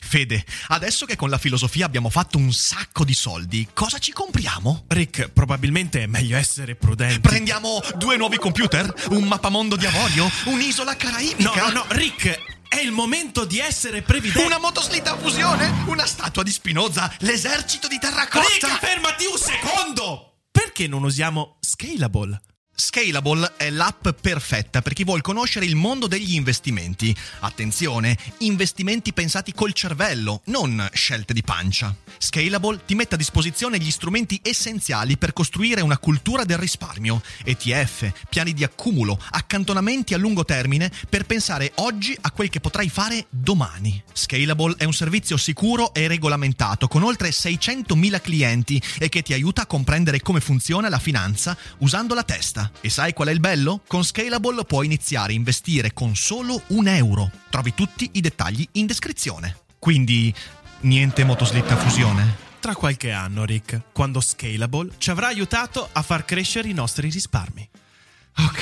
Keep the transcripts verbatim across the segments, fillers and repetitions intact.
Fede, adesso che con la filosofia abbiamo fatto un sacco di soldi, cosa ci compriamo? Rick, probabilmente è meglio essere prudenti. Prendiamo due nuovi computer? Un mappamondo di avorio? Un'isola caraibica? No, no, no, Rick, è il momento di essere previdenti. Una motoslitta a fusione? Una statua di Spinoza? L'esercito di terracotta? Rick, fermati un secondo! Perché non usiamo Scalable? Scalable è l'app perfetta per chi vuol conoscere il mondo degli investimenti. Attenzione, investimenti pensati col cervello, non scelte di pancia. Scalable ti mette a disposizione gli strumenti essenziali per costruire una cultura del risparmio, E T F, piani di accumulo, accantonamenti a lungo termine per pensare oggi a quel che potrai fare domani. Scalable è un servizio sicuro e regolamentato con oltre seicentomila clienti e che ti aiuta a comprendere come funziona la finanza usando la testa. E sai qual è il bello? Con Scalable puoi iniziare a investire con solo un euro. Trovi tutti i dettagli in descrizione. Quindi, niente motoslitta a fusione? Tra qualche anno, Rick, quando Scalable ci avrà aiutato a far crescere i nostri risparmi. Ok.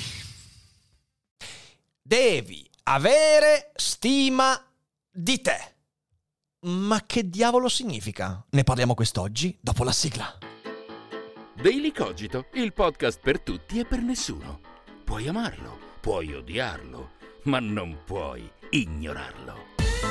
Devi avere stima di te. Ma che diavolo significa? Ne parliamo quest'oggi, dopo la sigla. Daily Cogito, il podcast per tutti e per nessuno. Puoi amarlo, puoi odiarlo, ma non puoi ignorarlo.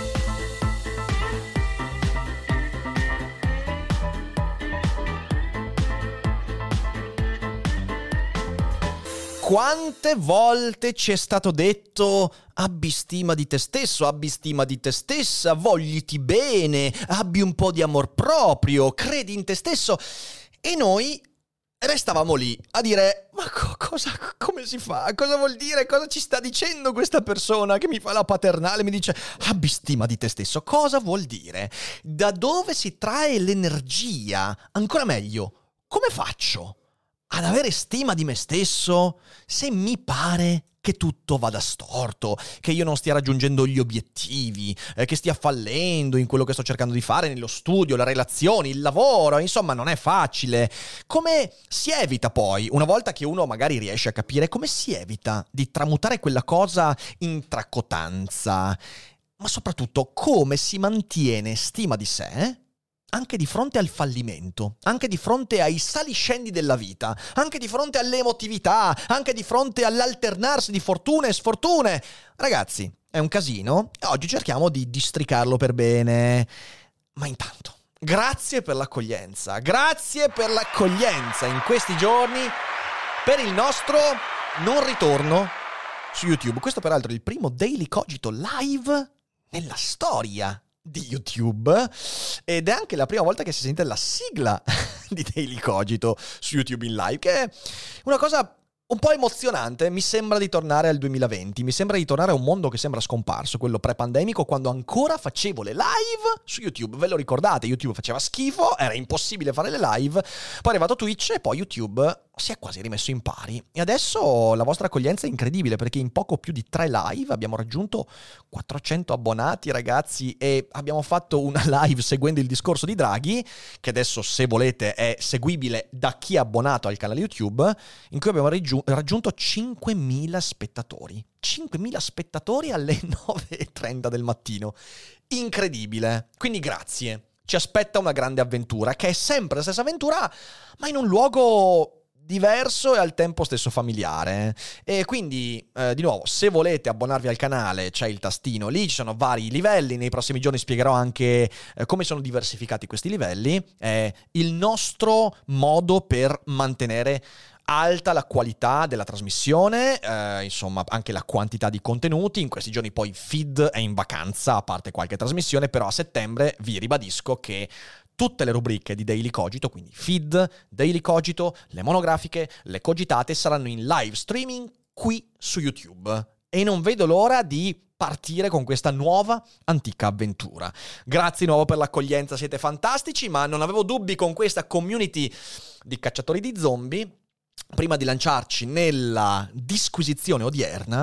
Quante volte ci è stato detto abbi stima di te stesso, abbi stima di te stessa, vogliti bene, abbi un po' di amor proprio, credi in te stesso. E noi restavamo lì a dire, ma co- cosa, come si fa? Cosa vuol dire? Cosa ci sta dicendo questa persona che mi fa la paternale? Mi dice, abbi stima di te stesso. Cosa vuol dire? Da dove si trae l'energia? Ancora meglio, come faccio ad avere stima di me stesso se mi pare che tutto vada storto, che io non stia raggiungendo gli obiettivi, eh, che stia fallendo in quello che sto cercando di fare nello studio, le relazioni, il lavoro, insomma non è facile. Come si evita poi, una volta che uno magari riesce a capire, come si evita di tramutare quella cosa in tracotanza? Ma soprattutto come si mantiene stima di sé anche di fronte al fallimento, anche di fronte ai saliscendi della vita, anche di fronte alle emotività, anche di fronte all'alternarsi di fortune e sfortune. Ragazzi, è un casino e oggi cerchiamo di districarlo per bene. Ma intanto, grazie per l'accoglienza, grazie per l'accoglienza in questi giorni per il nostro non ritorno su YouTube. Questo peraltro è il primo Daily Cogito live nella storia di YouTube ed è anche la prima volta che si sente la sigla di Daily Cogito su YouTube in live, che è una cosa un po' emozionante. Mi sembra di tornare al duemilaventi, mi sembra di tornare a un mondo che sembra scomparso, quello pre-pandemico, quando ancora facevo le live su YouTube. Ve lo ricordate? YouTube faceva schifo, era impossibile fare le live, poi è arrivato Twitch e poi YouTube si è quasi rimesso in pari. E adesso la vostra accoglienza è incredibile, perché in poco più di tre live abbiamo raggiunto quattrocento abbonati, ragazzi, e abbiamo fatto una live seguendo il discorso di Draghi, che adesso, se volete, è seguibile da chi è abbonato al canale YouTube, in cui abbiamo raggiunto raggiunto cinquemila spettatori. cinquemila spettatori alle nove e trenta del mattino. Incredibile. Quindi grazie. Ci aspetta una grande avventura, che è sempre la stessa avventura, ma in un luogo diverso e al tempo stesso familiare. E quindi, eh, di nuovo, se volete abbonarvi al canale, c'è il tastino lì, ci sono vari livelli. Nei prossimi giorni spiegherò anche eh, come sono diversificati questi livelli. È il nostro modo per mantenere alta la qualità della trasmissione, eh, insomma anche la quantità di contenuti. In questi giorni poi Feed è in vacanza, a parte qualche trasmissione, però a settembre vi ribadisco che tutte le rubriche di Daily Cogito, quindi Feed, Daily Cogito, le monografiche, le cogitate, saranno in live streaming qui su YouTube. E non vedo l'ora di partire con questa nuova antica avventura. Grazie di nuovo per l'accoglienza, siete fantastici, ma non avevo dubbi con questa community di cacciatori di zombie. Prima di lanciarci nella disquisizione odierna,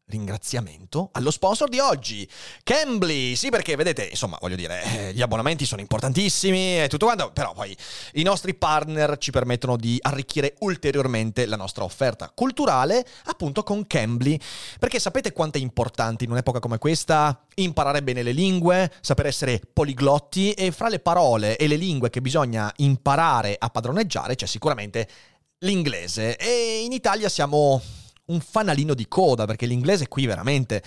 ringraziamento allo sponsor di oggi, Cambly. Sì, perché vedete, insomma, voglio dire, eh, gli abbonamenti sono importantissimi e tutto quanto, però poi i nostri partner ci permettono di arricchire ulteriormente la nostra offerta culturale, appunto con Cambly. Perché sapete quanto è importante in un'epoca come questa imparare bene le lingue, saper essere poliglotti, e fra le parole e le lingue che bisogna imparare a padroneggiare c'è sicuramente l'inglese. E in Italia siamo un fanalino di coda, perché l'inglese qui veramente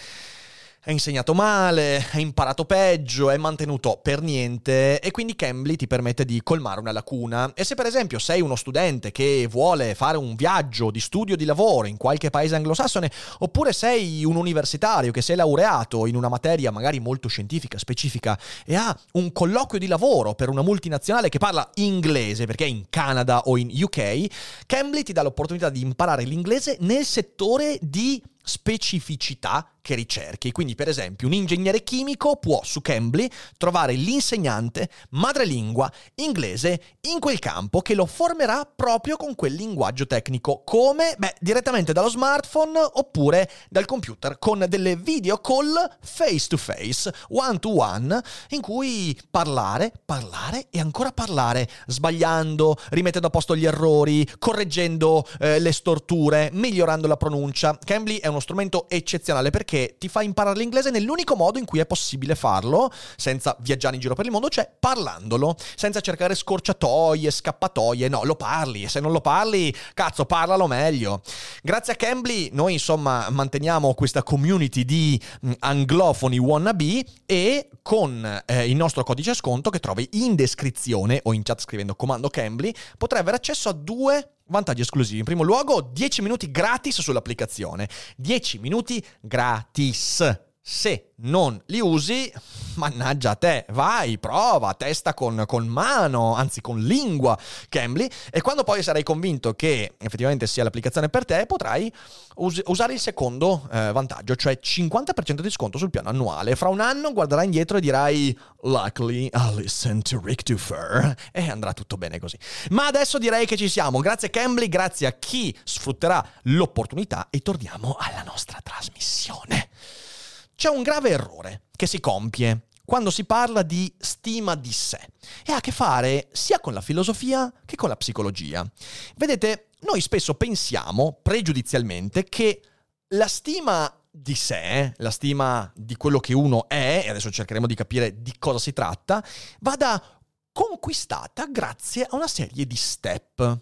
è insegnato male, è imparato peggio, è mantenuto per niente, e quindi Cambly ti permette di colmare una lacuna. E se per esempio sei uno studente che vuole fare un viaggio di studio di lavoro in qualche paese anglosassone, oppure sei un universitario che si è laureato in una materia magari molto scientifica, specifica, e ha un colloquio di lavoro per una multinazionale che parla inglese perché è in Canada o in U K, Cambly ti dà l'opportunità di imparare l'inglese nel settore di specificità che ricerchi. Quindi per esempio un ingegnere chimico può su Cambly trovare l'insegnante madrelingua inglese in quel campo che lo formerà proprio con quel linguaggio tecnico. Come? Beh, direttamente dallo smartphone oppure dal computer, con delle video call face to face, one to one, in cui parlare, parlare e ancora parlare, sbagliando, rimettendo a posto gli errori, correggendo eh, le storture, migliorando la pronuncia. Cambly è uno strumento eccezionale perché ti fa imparare l'inglese nell'unico modo in cui è possibile farlo, senza viaggiare in giro per il mondo, cioè parlandolo, senza cercare scorciatoie, scappatoie. No, lo parli, e se non lo parli, cazzo, parlalo meglio. Grazie a Cambly noi insomma manteniamo questa community di mh, anglofoni wannabe, e con eh, il nostro codice sconto che trovi in descrizione o in chat scrivendo comando Cambly potrai avere accesso a due vantaggi esclusivi. In primo luogo, dieci minuti gratis sull'applicazione. dieci minuti gratis. Se non li usi, mannaggia a te, vai, prova, testa con, con mano, anzi con lingua Cambly, e quando poi sarai convinto che effettivamente sia l'applicazione per te, potrai us- usare il secondo eh, vantaggio, cioè cinquanta per cento di sconto sul piano annuale. Fra un anno guarderai indietro e dirai "Luckily I listened to Rick Dufer", e andrà tutto bene così. Ma adesso direi che ci siamo. Grazie Cambly, grazie a chi sfrutterà l'opportunità, e torniamo alla nostra trasmissione. C'è un grave errore che si compie quando si parla di stima di sé, e ha a che fare sia con la filosofia che con la psicologia. Vedete, noi spesso pensiamo pregiudizialmente che la stima di sé, la stima di quello che uno è, e adesso cercheremo di capire di cosa si tratta, vada conquistata grazie a una serie di step.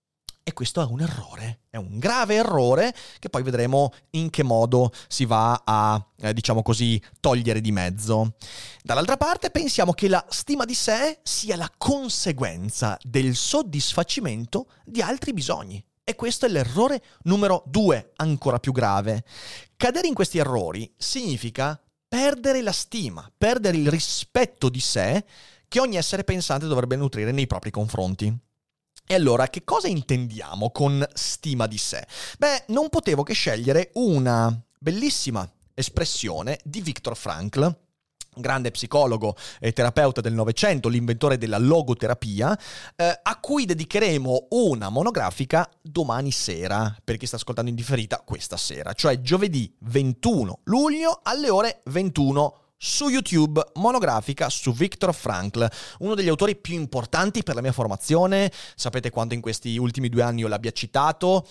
E questo è un errore, è un grave errore che poi vedremo in che modo si va a, eh, diciamo così, togliere di mezzo. Dall'altra parte pensiamo che la stima di sé sia la conseguenza del soddisfacimento di altri bisogni. E questo è l'errore numero due, ancora più grave. Cadere in questi errori significa perdere la stima, perdere il rispetto di sé che ogni essere pensante dovrebbe nutrire nei propri confronti. E allora, che cosa intendiamo con stima di sé? Beh, non potevo che scegliere una bellissima espressione di Viktor Frankl, grande psicologo e terapeuta del Novecento, l'inventore della logoterapia, eh, a cui dedicheremo una monografica domani sera, per chi sta ascoltando in differita questa sera, cioè giovedì ventuno luglio alle ore ventuno su YouTube, monografica su Viktor Frankl, uno degli autori più importanti per la mia formazione. Sapete quanto in questi ultimi due anni io l'abbia citato,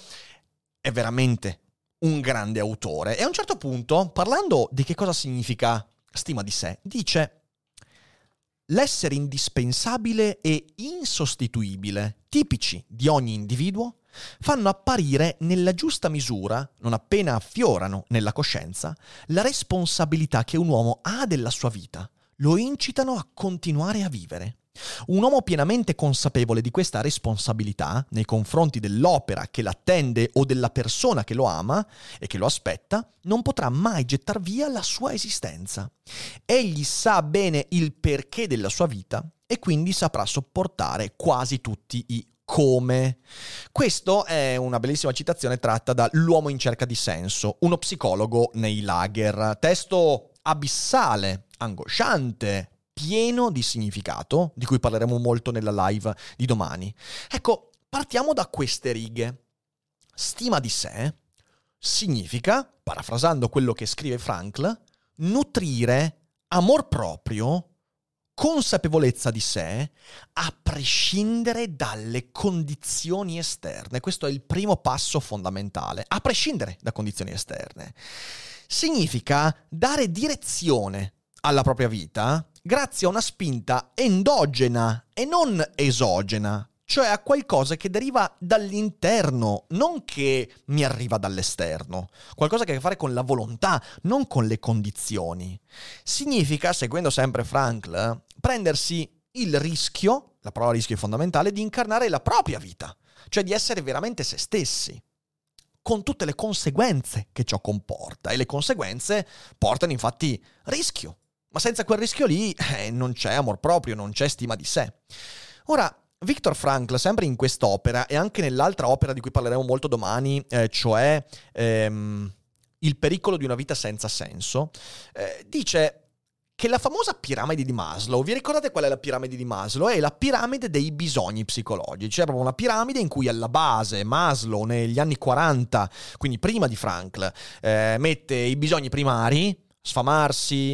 è veramente un grande autore. E a un certo punto, parlando di che cosa significa stima di sé, dice: l'essere indispensabile e insostituibile, tipici di ogni individuo, fanno apparire nella giusta misura, non appena affiorano nella coscienza, la responsabilità che un uomo ha della sua vita, lo incitano a continuare a vivere. Un uomo pienamente consapevole di questa responsabilità nei confronti dell'opera che l'attende o della persona che lo ama e che lo aspetta, non potrà mai gettar via la sua esistenza. Egli sa bene il perché della sua vita e quindi saprà sopportare quasi tutti i come. Questo è una bellissima citazione tratta da L'uomo in cerca di senso, uno psicologo nei lager. Testo abissale, angosciante, pieno di significato, di cui parleremo molto nella live di domani. Ecco, partiamo da queste righe. Stima di sé significa, parafrasando quello che scrive Frankl, nutrire amor proprio, consapevolezza di sé, a prescindere dalle condizioni esterne. Questo è il primo passo fondamentale, a prescindere da condizioni esterne. Significa dare direzione alla propria vita grazie a una spinta endogena e non esogena, cioè a qualcosa che deriva dall'interno, non che mi arriva dall'esterno. Qualcosa che ha a che fare con la volontà, non con le condizioni. Significa, seguendo sempre Frankl, prendersi il rischio, la parola rischio è fondamentale, di incarnare la propria vita, cioè di essere veramente se stessi, con tutte le conseguenze che ciò comporta. E le conseguenze portano infatti rischio. Ma senza quel rischio lì eh, non c'è amor proprio, non c'è stima di sé. Ora, Viktor Frankl, sempre in quest'opera e anche nell'altra opera di cui parleremo molto domani, eh, cioè ehm, Il pericolo di una vita senza senso, eh, dice che la famosa piramide di Maslow, vi ricordate qual è la piramide di Maslow? È la piramide dei bisogni psicologici, è proprio una piramide in cui alla base Maslow negli anni quaranta, quindi prima di Frankl, eh, mette i bisogni primari, sfamarsi,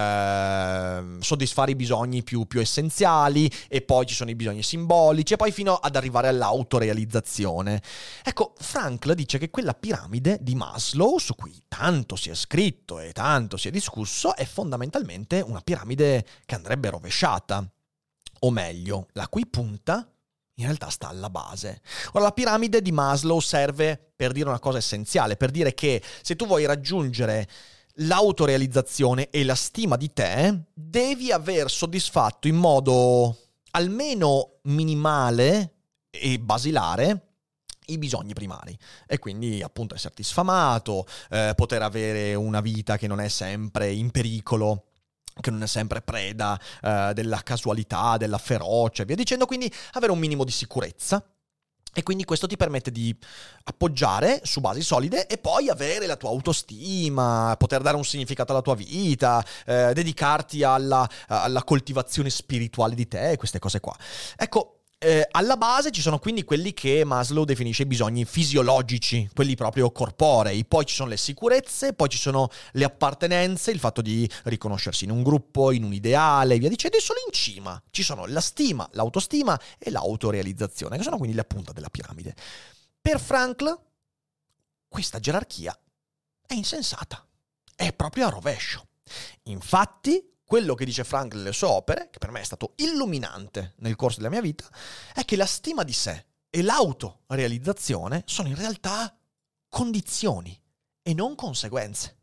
eh, soddisfare i bisogni più, più essenziali, e poi ci sono i bisogni simbolici, e poi fino ad arrivare all'autorealizzazione. Ecco, Frankl dice che quella piramide di Maslow, su cui tanto si è scritto e tanto si è discusso, è fondamentalmente una piramide che andrebbe rovesciata, o meglio, la cui punta in realtà sta alla base. Ora, la piramide di Maslow serve per dire una cosa essenziale, per dire che se tu vuoi raggiungere l'autorealizzazione e la stima di te, devi aver soddisfatto in modo almeno minimale e basilare i bisogni primari, e quindi appunto esserti sfamato, eh, poter avere una vita che non è sempre in pericolo, che non è sempre preda eh, della casualità, della ferocia e via dicendo, quindi avere un minimo di sicurezza. E quindi questo ti permette di appoggiare su basi solide e poi avere la tua autostima, poter dare un significato alla tua vita, eh, dedicarti alla, alla coltivazione spirituale di te, queste cose qua. Ecco, eh, alla base ci sono quindi quelli che Maslow definisce i bisogni fisiologici, quelli proprio corporei. Poi ci sono le sicurezze, poi ci sono le appartenenze, il fatto di riconoscersi in un gruppo, in un ideale, via dicendo. E solo in cima ci sono la stima, l'autostima e l'autorealizzazione, che sono quindi la punta della piramide. Per Frankl questa gerarchia è insensata, è proprio a rovescio. Infatti, quello che dice Frankl nelle sue opere, che per me è stato illuminante nel corso della mia vita, è che la stima di sé e l'autorealizzazione sono in realtà condizioni e non conseguenze.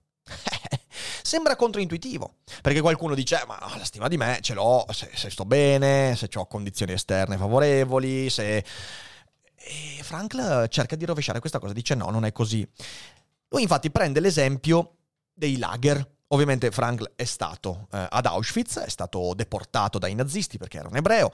Sembra controintuitivo, perché qualcuno dice, ma no, la stima di me ce l'ho se, se sto bene, se ho condizioni esterne favorevoli, se... E Frankl cerca di rovesciare questa cosa, dice no, non è così. Lui infatti prende l'esempio dei lager. Ovviamente Frankl è stato eh, ad Auschwitz, è stato deportato dai nazisti perché era un ebreo,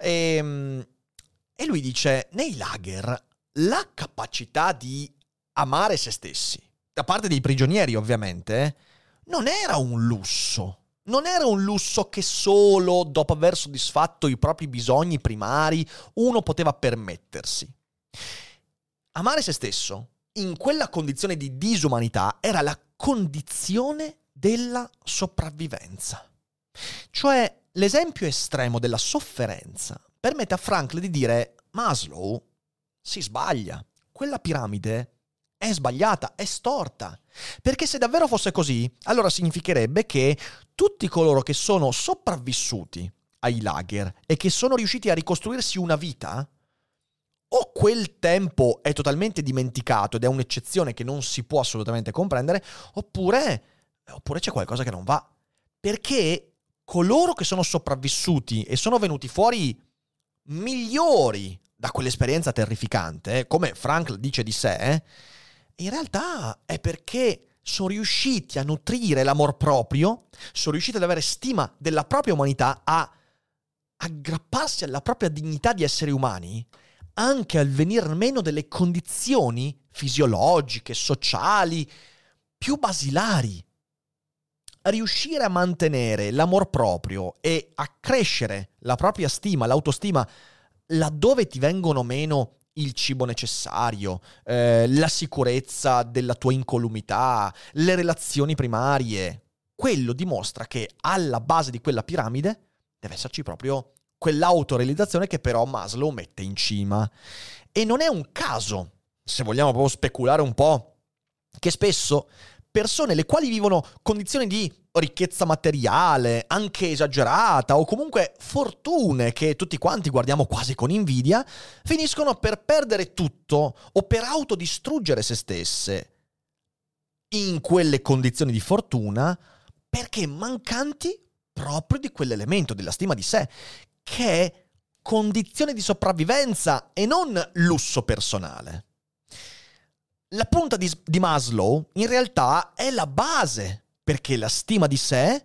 e, e lui dice, nei lager la capacità di amare se stessi, da parte dei prigionieri ovviamente, non era un lusso, non era un lusso che solo dopo aver soddisfatto i propri bisogni primari uno poteva permettersi. Amare se stesso in quella condizione di disumanità era la condizione della sopravvivenza. Cioè, l'esempio estremo della sofferenza permette a Frankl di dire, Maslow si sbaglia, quella piramide è sbagliata, è storta. Perché se davvero fosse così, allora significherebbe che tutti coloro che sono sopravvissuti ai lager e che sono riusciti a ricostruirsi una vita, o quel tempo è totalmente dimenticato ed è un'eccezione che non si può assolutamente comprendere, oppure... Oppure c'è qualcosa che non va, perché coloro che sono sopravvissuti e sono venuti fuori migliori da quell'esperienza terrificante, come Frankl dice di sé, in realtà è perché sono riusciti a nutrire l'amor proprio, sono riusciti ad avere stima della propria umanità, a aggrapparsi alla propria dignità di esseri umani, anche al venir meno delle condizioni fisiologiche, sociali, più basilari. Riuscire a mantenere l'amor proprio e a crescere la propria stima, l'autostima, laddove ti vengono meno il cibo necessario, eh, la sicurezza della tua incolumità, le relazioni primarie. Quello dimostra che alla base di quella piramide deve esserci proprio quell'autorealizzazione che però Maslow mette in cima. E non è un caso, se vogliamo proprio speculare un po', che spesso persone le quali vivono condizioni di ricchezza materiale, anche esagerata, o comunque fortune che tutti quanti guardiamo quasi con invidia, finiscono per perdere tutto o per autodistruggere se stesse in quelle condizioni di fortuna perché mancanti proprio di quell'elemento della stima di sé, che è condizione di sopravvivenza e non lusso personale. La punta di, di Maslow in realtà è la base, perché la stima di sé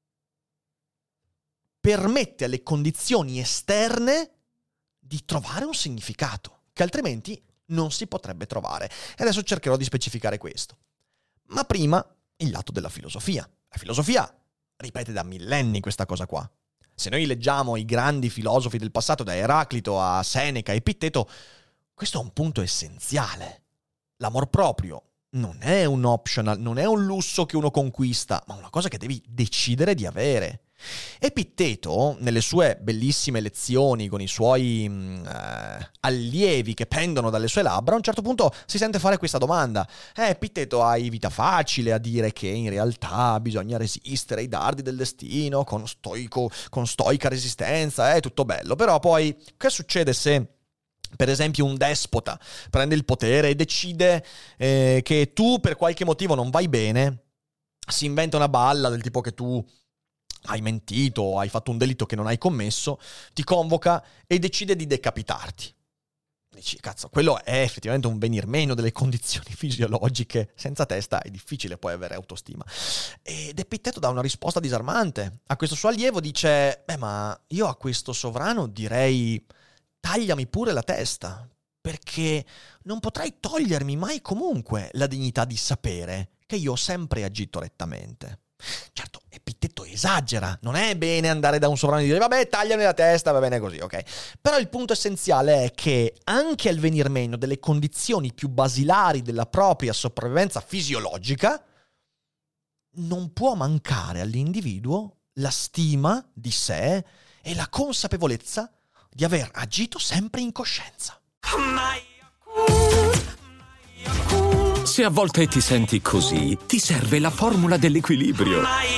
permette alle condizioni esterne di trovare un significato, che altrimenti non si potrebbe trovare. E adesso cercherò di specificare questo. Ma prima il lato della filosofia. La filosofia ripete da millenni questa cosa qua. Se noi leggiamo i grandi filosofi del passato, da Eraclito a Seneca e Epitteto, questo è un punto essenziale. L'amor proprio non è un optional, non è un lusso che uno conquista, ma una cosa che devi decidere di avere. Epitteto, nelle sue bellissime lezioni con i suoi eh, allievi che pendono dalle sue labbra, a un certo punto si sente fare questa domanda. Eh, Epitteto, hai vita facile a dire che in realtà bisogna resistere ai dardi del destino con, stoico, con stoica resistenza, è tutto bello. Però poi, che succede se, per esempio, un despota prende il potere e decide eh, che tu per qualche motivo non vai bene, si inventa una balla del tipo che tu hai mentito, hai fatto un delitto che non hai commesso, ti convoca e decide di decapitarti. Dici, cazzo, quello è effettivamente un venir meno delle condizioni fisiologiche. Senza testa è difficile poi avere autostima. Ed Epitteto dà una risposta disarmante. A questo suo allievo dice, beh, ma io a questo sovrano direi, tagliami pure la testa, perché non potrai togliermi mai comunque la dignità di sapere che io ho sempre agito rettamente. Certo, Epitteto esagera, non è bene andare da un sovrano e dire vabbè, tagliami la testa, va bene così, ok? Però il punto essenziale è che anche al venir meno delle condizioni più basilari della propria sopravvivenza fisiologica non può mancare all'individuo la stima di sé e la consapevolezza di aver agito sempre in coscienza. Se a volte ti senti così, ti serve la formula dell'equilibrio.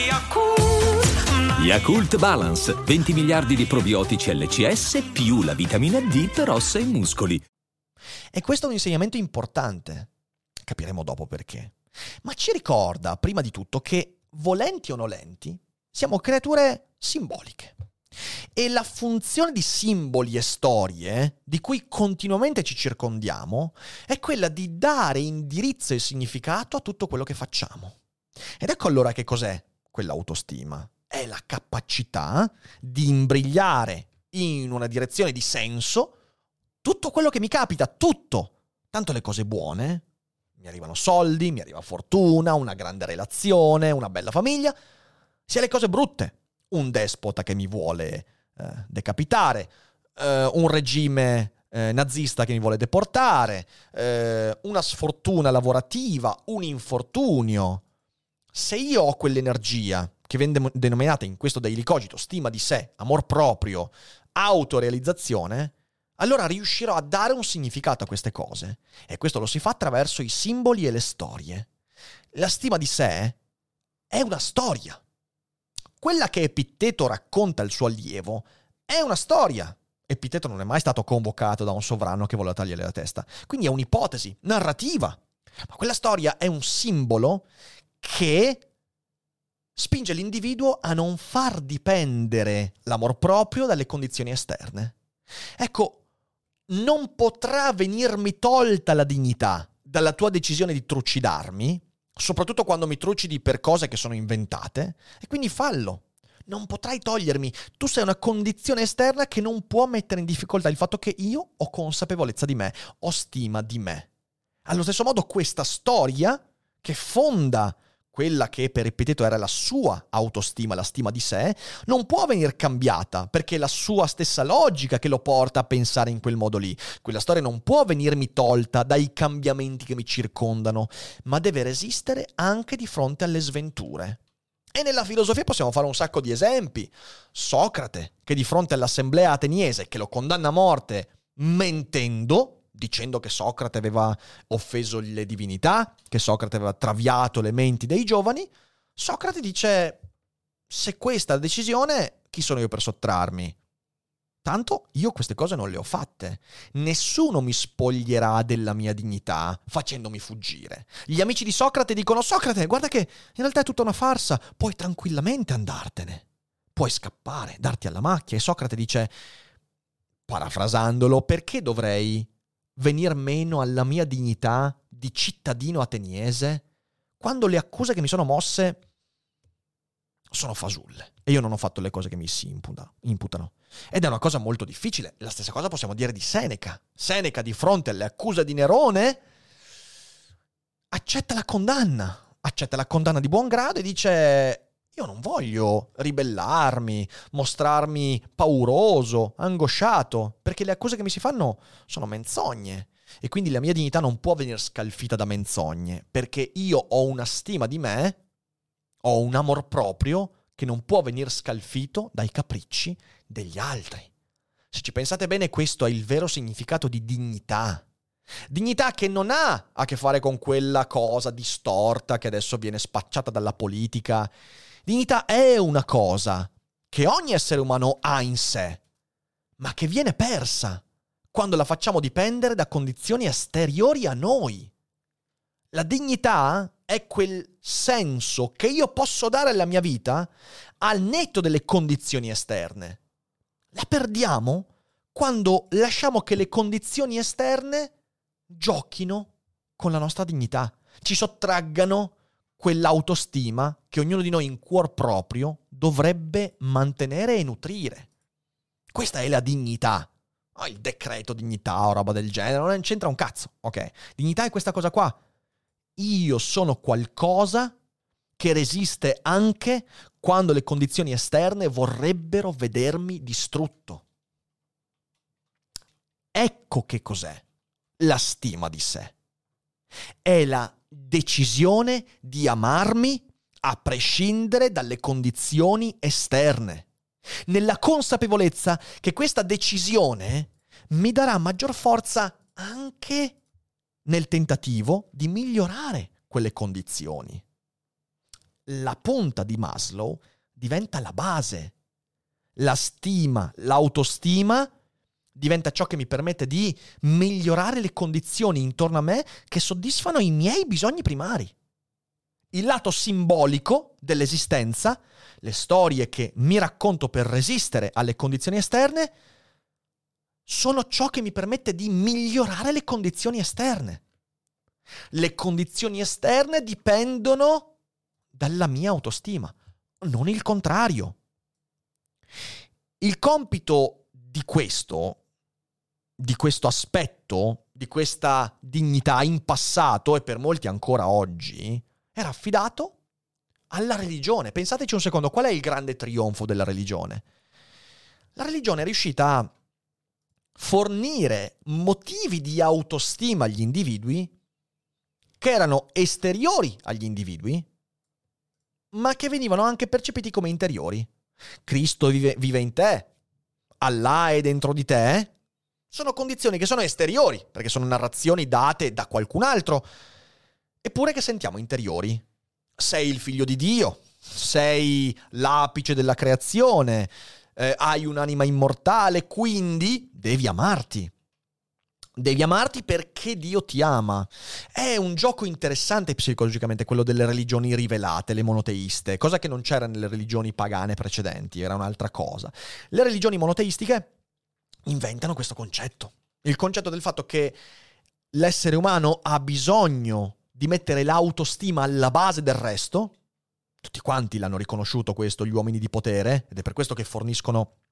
Yakult Balance, venti miliardi di probiotici L C S più la vitamina D per ossa e muscoli. E questo è un insegnamento importante. Capiremo dopo perché. Ma ci ricorda, prima di tutto, che volenti o nolenti, siamo creature simboliche. E la funzione di simboli e storie, di cui continuamente ci circondiamo, è quella di dare indirizzo e significato a tutto quello che facciamo. Ed ecco allora che cos'è quell'autostima. È la capacità di imbrigliare in una direzione di senso tutto quello che mi capita, tutto. Tanto le cose buone, mi arrivano soldi, mi arriva fortuna, una grande relazione, una bella famiglia, sia le cose brutte. Un despota che mi vuole eh, decapitare, eh, un regime eh, nazista che mi vuole deportare, eh, una sfortuna lavorativa, un infortunio. Se io ho quell'energia che viene denominata in questo Daily Cogito stima di sé, amor proprio, autorealizzazione, allora riuscirò a dare un significato a queste cose. E questo lo si fa attraverso i simboli e le storie. La stima di sé è una storia. Quella che Epitteto racconta al suo allievo è una storia. Epitteto non è mai stato convocato da un sovrano che voleva tagliare la testa. Quindi è un'ipotesi narrativa. Ma quella storia è un simbolo che spinge l'individuo a non far dipendere l'amor proprio dalle condizioni esterne. Ecco, non potrà venirmi tolta la dignità dalla tua decisione di trucidarmi, soprattutto quando mi trucidi per cose che sono inventate, e quindi fallo. Non potrai togliermi. Tu sei una condizione esterna che non può mettere in difficoltà il fatto che io ho consapevolezza di me, ho stima di me. Allo stesso modo questa storia che fonda quella che per Epiteto era la sua autostima, la stima di sé, non può venire cambiata, perché è la sua stessa logica che lo porta a pensare in quel modo lì. Quella storia non può venirmi tolta dai cambiamenti che mi circondano, ma deve resistere anche di fronte alle sventure. E nella filosofia possiamo fare un sacco di esempi. Socrate, che di fronte all'assemblea ateniese, che lo condanna a morte mentendo, dicendo che Socrate aveva offeso le divinità, che Socrate aveva traviato le menti dei giovani, Socrate dice: se questa è la decisione, chi sono io per sottrarmi? Tanto io queste cose non le ho fatte. Nessuno mi spoglierà della mia dignità facendomi fuggire. Gli amici di Socrate dicono: Socrate, guarda che in realtà è tutta una farsa, puoi tranquillamente andartene, puoi scappare, darti alla macchia. E Socrate dice, parafrasandolo: perché dovrei venir meno alla mia dignità di cittadino ateniese quando le accuse che mi sono mosse sono fasulle e io non ho fatto le cose che mi si imputa, imputano? Ed è una cosa molto difficile. La stessa cosa possiamo dire di Seneca. Seneca, di fronte alle accuse di Nerone, accetta la condanna, accetta la condanna di buon grado e dice: io non voglio ribellarmi, mostrarmi pauroso, angosciato, perché le accuse che mi si fanno sono menzogne e quindi la mia dignità non può venire scalfita da menzogne, perché io ho una stima di me, ho un amor proprio che non può venire scalfito dai capricci degli altri. Se ci pensate bene, questo è il vero significato di dignità. Dignità che non ha a che fare con quella cosa distorta che adesso viene spacciata dalla politica. Dignità è una cosa che ogni essere umano ha in sé, ma che viene persa quando la facciamo dipendere da condizioni esteriori a noi. La dignità è quel senso che io posso dare alla mia vita al netto delle condizioni esterne. La perdiamo quando lasciamo che le condizioni esterne giochino con la nostra dignità, ci sottraggano quell'autostima che ognuno di noi in cuor proprio dovrebbe mantenere e nutrire. Questa è la dignità. Oh, il decreto dignità o roba del genere non c'entra un cazzo, ok? Dignità è questa cosa qua. Io sono qualcosa che resiste anche quando le condizioni esterne vorrebbero vedermi distrutto. Ecco che cos'è la stima di sé. È la decisione di amarmi a prescindere dalle condizioni esterne, nella consapevolezza che questa decisione mi darà maggior forza anche nel tentativo di migliorare quelle condizioni. La punta di Maslow diventa la base. La stima, l'autostima diventa ciò che mi permette di migliorare le condizioni intorno a me che soddisfano i miei bisogni primari. Il lato simbolico dell'esistenza, le storie che mi racconto per resistere alle condizioni esterne, sono ciò che mi permette di migliorare le condizioni esterne. Le condizioni esterne dipendono dalla mia autostima, non il contrario. Il compito di questo, di questo aspetto, di questa dignità in passato e per molti ancora oggi, era affidato alla religione. Pensateci un secondo, qual è il grande trionfo della religione? La religione è riuscita a fornire motivi di autostima agli individui che erano esteriori agli individui, ma che venivano anche percepiti come interiori. Cristo vive, vive in te, Allah è dentro di te, sono condizioni che sono esteriori, perché sono narrazioni date da qualcun altro, eppure che sentiamo interiori. Sei il figlio di Dio, sei l'apice della creazione, eh, hai un'anima immortale, quindi devi amarti. Devi amarti perché Dio ti ama. È un gioco interessante psicologicamente quello delle religioni rivelate, le monoteiste, cosa che non c'era nelle religioni pagane precedenti, era un'altra cosa. Le religioni monoteistiche inventano questo concetto, il concetto del fatto che l'essere umano ha bisogno di mettere l'autostima alla base del resto. Tutti quanti l'hanno riconosciuto questo, gli uomini di potere, ed è per questo che forniscono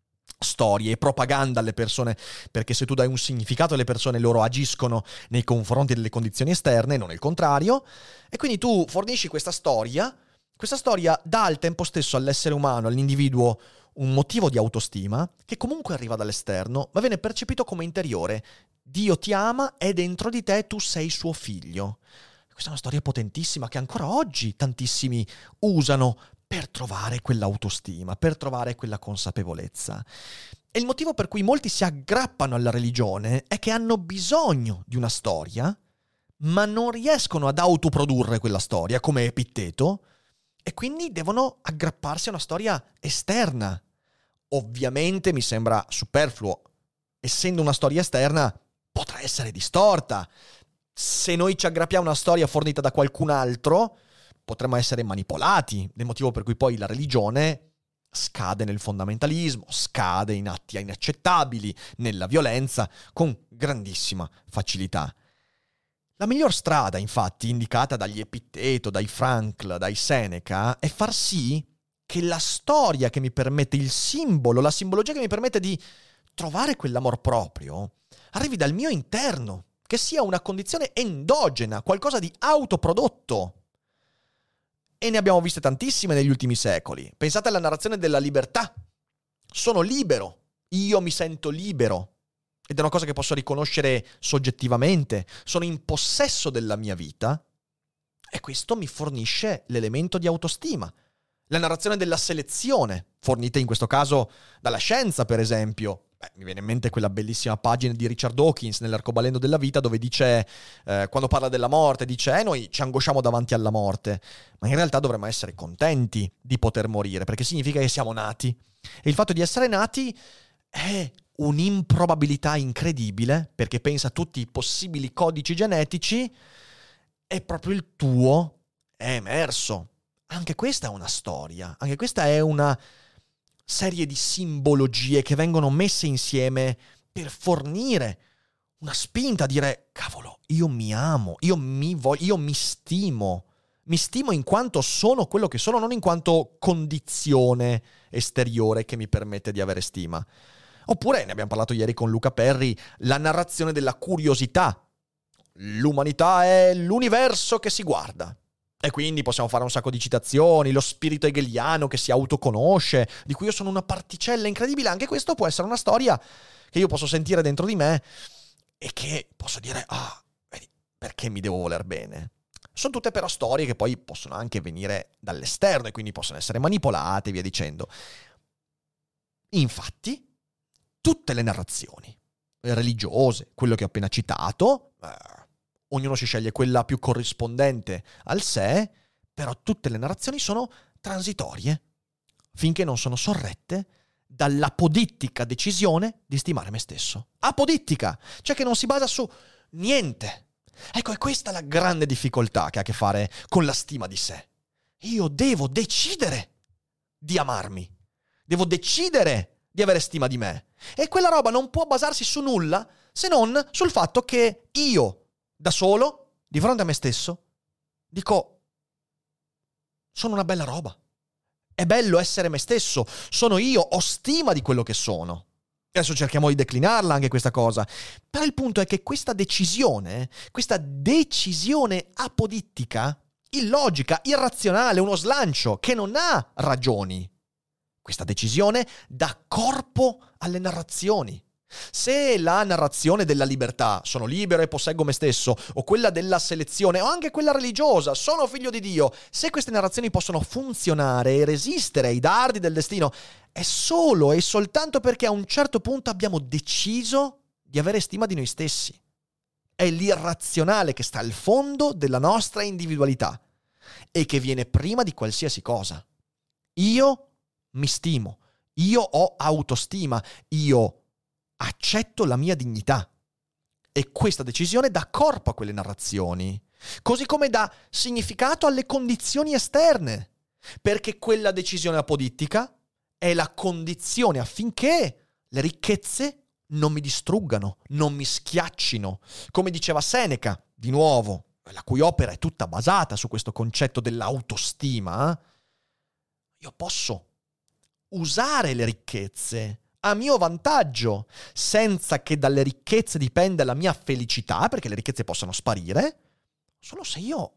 storie e propaganda alle persone, perché se tu dai un significato alle persone, loro agiscono nei confronti delle condizioni esterne, non il contrario, e quindi tu fornisci questa storia, questa storia dà al tempo stesso all'essere umano, all'individuo, un motivo di autostima che comunque arriva dall'esterno, ma viene percepito come interiore. Dio ti ama, è dentro di te, tu sei suo figlio. Questa è una storia potentissima che ancora oggi tantissimi usano per trovare quell'autostima, per trovare quella consapevolezza. E il motivo per cui molti si aggrappano alla religione è che hanno bisogno di una storia, ma non riescono ad autoprodurre quella storia, come Epitteto, e quindi devono aggrapparsi a una storia esterna. Ovviamente mi sembra superfluo. Essendo una storia esterna, potrà essere distorta. Se noi ci aggrappiamo a una storia fornita da qualcun altro, potremmo essere manipolati, del motivo per cui poi la religione scade nel fondamentalismo, scade in atti inaccettabili, nella violenza, con grandissima facilità. La miglior strada, infatti, indicata dagli Epitteto, dai Frankl, dai Seneca, è far sì che la storia che mi permette, il simbolo, la simbologia che mi permette di trovare quell'amor proprio, arrivi dal mio interno, che sia una condizione endogena, qualcosa di autoprodotto. E ne abbiamo viste tantissime negli ultimi secoli. Pensate alla narrazione della libertà. Sono libero, io mi sento libero. Ed è una cosa che posso riconoscere soggettivamente. Sono in possesso della mia vita e questo mi fornisce l'elemento di autostima. La narrazione della selezione, fornita in questo caso dalla scienza, per esempio. Beh, mi viene in mente quella bellissima pagina di Richard Dawkins nell'Arcobaleno della vita dove dice, eh, quando parla della morte, dice eh, noi ci angosciamo davanti alla morte, ma in realtà dovremmo essere contenti di poter morire, perché significa che siamo nati. E il fatto di essere nati è un'improbabilità incredibile, perché pensa a tutti i possibili codici genetici e proprio il tuo è emerso. Anche questa è una storia, anche questa è una serie di simbologie che vengono messe insieme per fornire una spinta a dire cavolo, io mi amo, io mi voglio, io mi stimo, mi stimo in quanto sono quello che sono, non in quanto condizione esteriore che mi permette di avere stima. Oppure, ne abbiamo parlato ieri con Luca Perri, la narrazione della curiosità. L'umanità è l'universo che si guarda. E quindi possiamo fare un sacco di citazioni, lo spirito hegeliano che si autoconosce, di cui io sono una particella incredibile. Anche questo può essere una storia che io posso sentire dentro di me e che posso dire, ah, vedi, perché mi devo voler bene? Sono tutte però storie che poi possono anche venire dall'esterno e quindi possono essere manipolate e via dicendo. Infatti, tutte le narrazioni religiose, quello che ho appena citato, eh, ognuno si sceglie quella più corrispondente al sé, però tutte le narrazioni sono transitorie, finché non sono sorrette dall'apodittica decisione di stimare me stesso. Apodittica, cioè che non si basa su niente. Ecco, è questa la grande difficoltà che ha a che fare con la stima di sé. Io devo decidere di amarmi, devo decidere di avere stima di me. E quella roba non può basarsi su nulla se non sul fatto che io, da solo, di fronte a me stesso, dico, sono una bella roba. È bello essere me stesso. Sono io, ho stima di quello che sono. E adesso cerchiamo di declinarla anche questa cosa. Però il punto è che questa decisione, questa decisione apodittica, illogica, irrazionale, uno slancio che non ha ragioni, questa decisione dà corpo alle narrazioni. Se la narrazione della libertà, sono libero e posseggo me stesso, o quella della selezione, o anche quella religiosa, sono figlio di Dio, se queste narrazioni possono funzionare e resistere ai dardi del destino, è solo e soltanto perché a un certo punto abbiamo deciso di avere stima di noi stessi. È l'irrazionale che sta al fondo della nostra individualità e che viene prima di qualsiasi cosa. Io mi stimo, io ho autostima, io accetto la mia dignità. E questa decisione dà corpo a quelle narrazioni, così come dà significato alle condizioni esterne, perché quella decisione apodittica è la condizione affinché le ricchezze non mi distruggano, non mi schiaccino. Come diceva Seneca, di nuovo, la cui opera è tutta basata su questo concetto dell'autostima, io posso usare le ricchezze a mio vantaggio, senza che dalle ricchezze dipenda la mia felicità, perché le ricchezze possono sparire, solo se io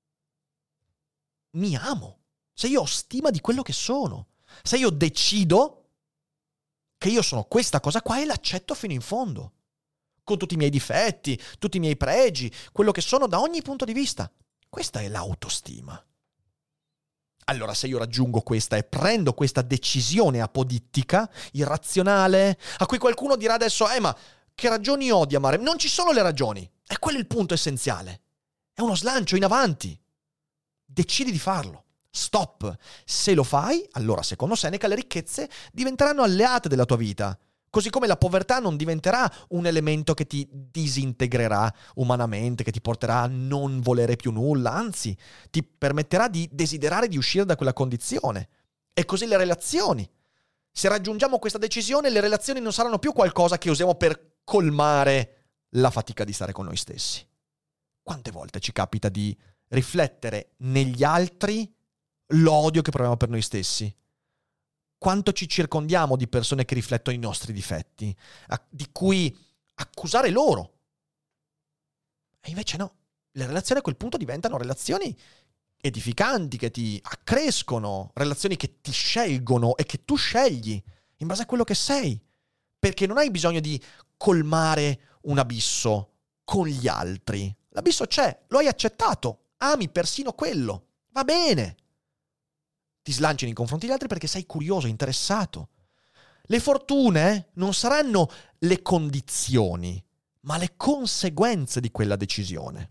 mi amo, se io ho stima di quello che sono, se io decido che io sono questa cosa qua e l'accetto fino in fondo, con tutti i miei difetti, tutti i miei pregi, quello che sono da ogni punto di vista. Questa è l'autostima. Allora, se io raggiungo questa e prendo questa decisione apodittica, irrazionale, a cui qualcuno dirà adesso, eh ma che ragioni ho di amare? Non ci sono le ragioni, è quello il punto essenziale. È uno slancio in avanti. Decidi di farlo. Stop. Se lo fai, allora, secondo Seneca, le ricchezze diventeranno alleate della tua vita. Così come la povertà non diventerà un elemento che ti disintegrerà umanamente, che ti porterà a non volere più nulla, anzi, ti permetterà di desiderare di uscire da quella condizione. E così le relazioni. Se raggiungiamo questa decisione, le relazioni non saranno più qualcosa che usiamo per colmare la fatica di stare con noi stessi. Quante volte ci capita di riflettere negli altri l'odio che proviamo per noi stessi? Quanto ci circondiamo di persone che riflettono i nostri difetti, di cui accusare loro. E invece no, le relazioni a quel punto diventano relazioni edificanti, che ti accrescono, relazioni che ti scelgono e che tu scegli in base a quello che sei, perché non hai bisogno di colmare un abisso con gli altri. L'abisso c'è, lo hai accettato, ami persino quello, va bene. Ti slanci nei confronti degli altri perché sei curioso, interessato. Le fortune non saranno le condizioni, ma le conseguenze di quella decisione.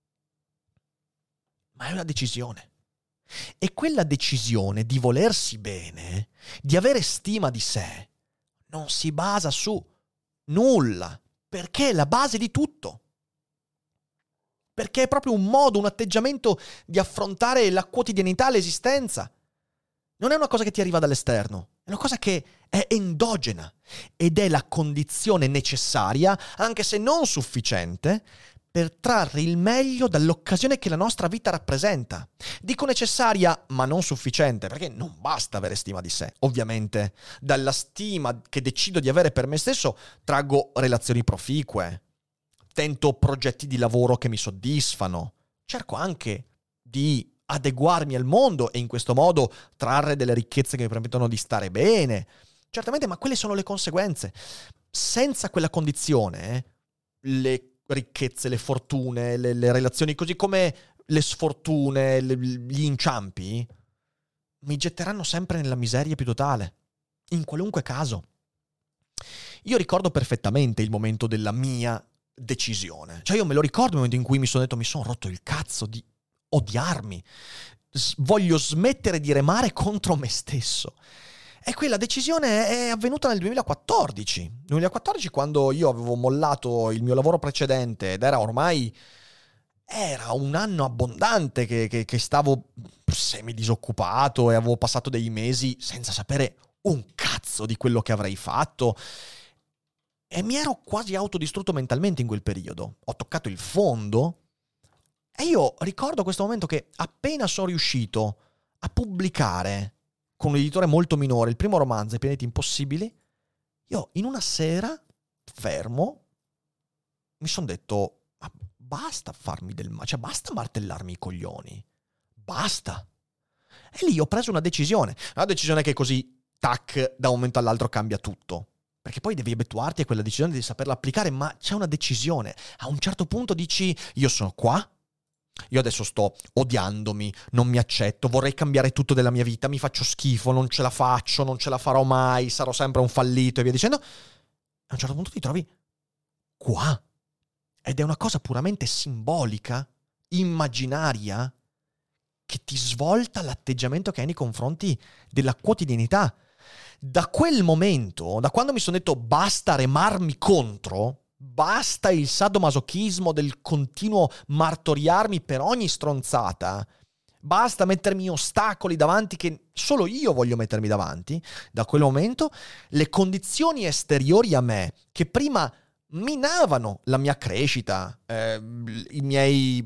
Ma è una decisione. E quella decisione di volersi bene, di avere stima di sé, non si basa su nulla, perché è la base di tutto. Perché è proprio un modo, un atteggiamento di affrontare la quotidianità, l'esistenza. Non è una cosa che ti arriva dall'esterno, è una cosa che è endogena ed è la condizione necessaria, anche se non sufficiente, per trarre il meglio dall'occasione che la nostra vita rappresenta. Dico necessaria, ma non sufficiente, perché non basta avere stima di sé. Ovviamente, dalla stima che decido di avere per me stesso, traggo relazioni proficue, tento progetti di lavoro che mi soddisfano, cerco anche di adeguarmi al mondo e in questo modo trarre delle ricchezze che mi permettono di stare bene. Certamente, ma quelle sono le conseguenze. Senza quella condizione, le ricchezze, le fortune, le, le relazioni, così come le sfortune, le, gli inciampi, mi getteranno sempre nella miseria più totale, in qualunque caso. Io ricordo perfettamente il momento della mia decisione. Cioè io me lo ricordo il momento in cui mi sono detto, mi sono rotto il cazzo di odiarmi, S- voglio smettere di remare contro me stesso. E quella decisione è avvenuta nel duemilaquattordici. duemilaquattordici, quando io avevo mollato il mio lavoro precedente ed era ormai era un anno abbondante che, che, che stavo semi disoccupato e avevo passato dei mesi senza sapere un cazzo di quello che avrei fatto. E mi ero quasi autodistrutto mentalmente in quel periodo. Ho toccato il fondo. E io ricordo questo momento che appena sono riuscito a pubblicare con un editore molto minore il primo romanzo, I pianeti impossibili, io in una sera, fermo, mi sono detto, ma basta farmi del male, cioè basta martellarmi i coglioni, basta. E lì ho preso una decisione, una decisione che così, tac, da un momento all'altro cambia tutto. Perché poi devi abituarti a quella decisione, devi saperla applicare, ma c'è una decisione. A un certo punto dici, io sono qua, io adesso sto odiandomi, non mi accetto, vorrei cambiare tutto della mia vita, mi faccio schifo, non ce la faccio, non ce la farò mai, sarò sempre un fallito e via dicendo. A un certo punto ti trovi qua. Ed è una cosa puramente simbolica, immaginaria, che ti svolta l'atteggiamento che hai nei confronti della quotidianità. Da quel momento, da quando mi sono detto basta remarmi contro, basta il sadomasochismo del continuo martoriarmi per ogni stronzata, basta mettermi ostacoli davanti che solo io voglio mettermi davanti, da quel momento le condizioni esteriori a me, che prima minavano la mia crescita, eh, i miei